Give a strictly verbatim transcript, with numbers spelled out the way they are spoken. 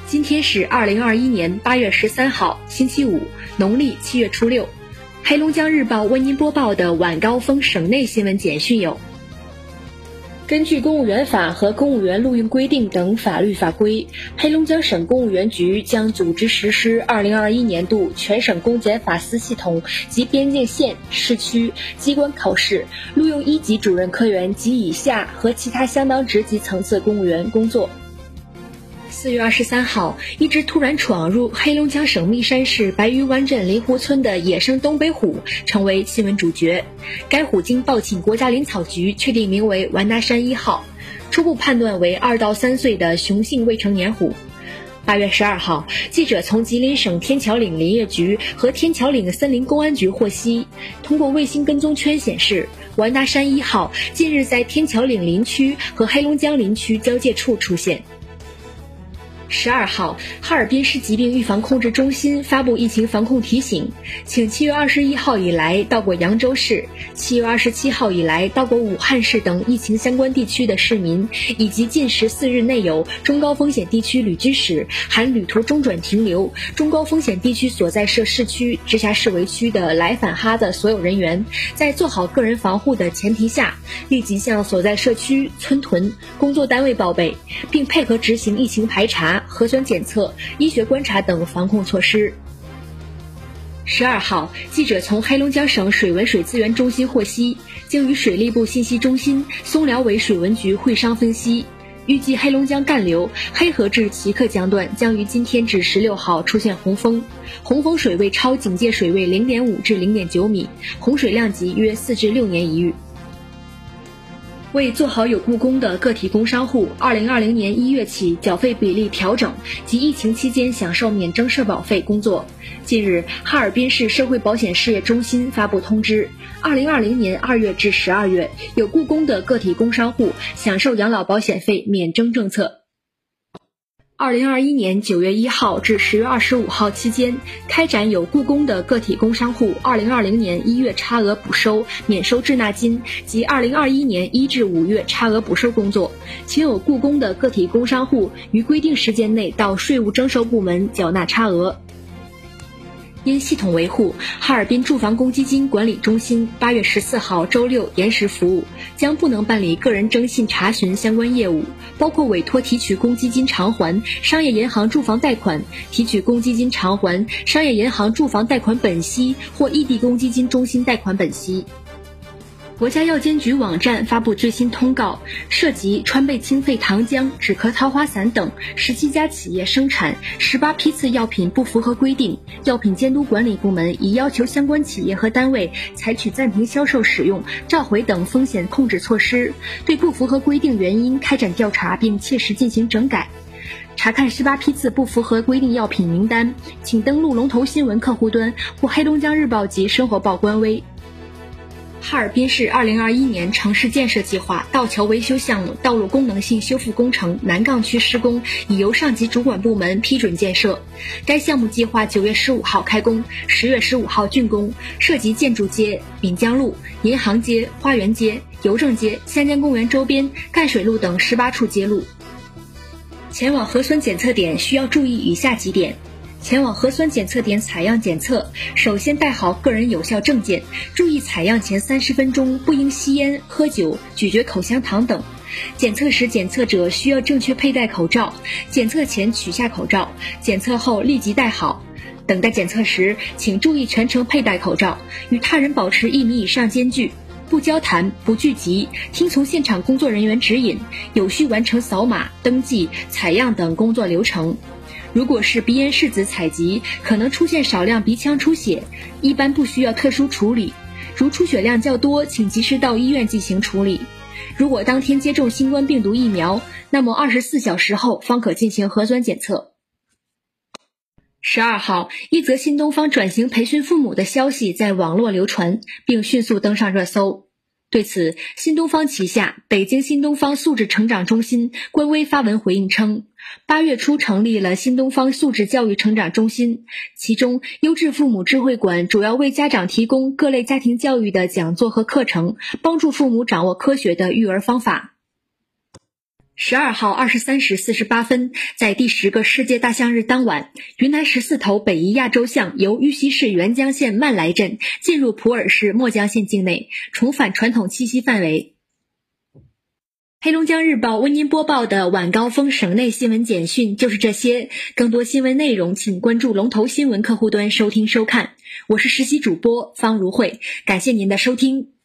今天是二零二一年八月十三号，星期五，农历七月初六。黑龙江日报为您播报的晚高峰省内新闻简讯有：根据公务员法和公务员录用规定等法律法规，黑龙江省公务员局将组织实施二零二一年度全省公检法司系统及边境县、市区机关考试，录用一级主任科员及以下和其他相当职级层次公务员工作。四月二十三号，一只突然闯入黑龙江省密山市白鱼湾镇林湖村的野生东北虎成为新闻主角。该虎经报请国家林草局确定名为完达山一号，初步判断为二到三岁的雄性未成年虎。八月十二号，记者从吉林省天桥岭林业局和天桥岭森林公安局获悉，通过卫星跟踪圈显示，完达山一号近日在天桥岭林区和黑龙江林区交界处出现。十二号，哈尔滨市疾病预防控制中心发布疫情防控提醒，请七月二十一号以来到过扬州市、七月二十七号以来到过武汉市等疫情相关地区的市民，以及近十四日内有中高风险地区旅居史（含旅途中转停留）中高风险地区所在设市区、直辖市委区的来返哈的所有人员，在做好个人防护的前提下，立即向所在社区、村屯、工作单位报备，并配合执行疫情排查、核酸检测、医学观察等防控措施。十二号，记者从黑龙江省水文水资源中心获悉，经与水利部信息中心、松辽委水文局会商分析，预计黑龙江干流黑河至齐克江段将于今天至十六号出现洪峰，洪峰水位超警戒水位零点五至零点九米，洪水量级约四至六年一遇。为做好有雇工的个体工商户二零二零年一月起缴费比例调整及疫情期间享受免征社保费工作，近日哈尔滨市社会保险事业中心发布通知，二零二零年二月至十二月有雇工的个体工商户享受养老保险费免征政策。二零二一年九月一号至十月二十五号期间，开展有雇工的个体工商户二零二零年一月差额补收、免收滞纳金及二零二一年一至五月差额补收工作，请有雇工的个体工商户于规定时间内到税务征收部门缴纳差额。因系统维护，哈尔滨住房公积金管理中心八月十四号周六延时服务，将不能办理个人征信查询相关业务，包括委托提取公积金偿还、商业银行住房贷款、提取公积金偿还、商业银行住房贷款本息或异地公积金中心贷款本息。国家药监局网站发布最新通告，涉及川贝清肺糖浆、止咳桃花散等十七家企业生产十八批次药品不符合规定，药品监督管理部门已要求相关企业和单位采取暂停销售使用、召回等风险控制措施，对不符合规定原因开展调查并切实进行整改。查看十八批次不符合规定药品名单，请登录龙头新闻客户端或黑龙江日报及生活报官微。哈尔滨市二零二一年城市建设计划道桥维修项目道路功能性修复工程南岗区施工已由上级主管部门批准建设。该项目计划九月十五号开工，十月十五号竣工，涉及建筑街、闽江路、银行街、花园街、邮政街、香江公园周边、赣水路等十八处街路。前往核酸检测点需要注意以下几点。前往核酸检测点采样检测，首先带好个人有效证件，注意采样前三十分钟不应吸烟、喝酒、咀嚼口香糖等。检测时检测者需要正确佩戴口罩，检测前取下口罩，检测后立即戴好。等待检测时，请注意全程佩戴口罩，与他人保持一米以上间距，不交谈、不聚集，听从现场工作人员指引，有序完成扫码、登记、采样等工作流程。如果是鼻咽拭子采集，可能出现少量鼻腔出血，一般不需要特殊处理。如出血量较多，请及时到医院进行处理。如果当天接种新冠病毒疫苗，那么二十四小时后方可进行核酸检测。十二号，一则新东方转型培训父母的消息在网络流传，并迅速登上热搜。对此，新东方旗下北京新东方素质成长中心官微发文回应称，八月初成立了新东方素质教育成长中心，其中优质父母智慧馆主要为家长提供各类家庭教育的讲座和课程，帮助父母掌握科学的育儿方法。 十二号二十三时四十八分，在第十个世界大象日当晚，云南十四头北宜亚洲象由玉溪市沅江县曼来镇进入普洱市墨江县境内，重返传统栖息范围。黑龙江日报为您播报的晚高峰省内新闻简讯就是这些，更多新闻内容请关注龙头新闻客户端收听收看。我是实习主播方如慧，感谢您的收听。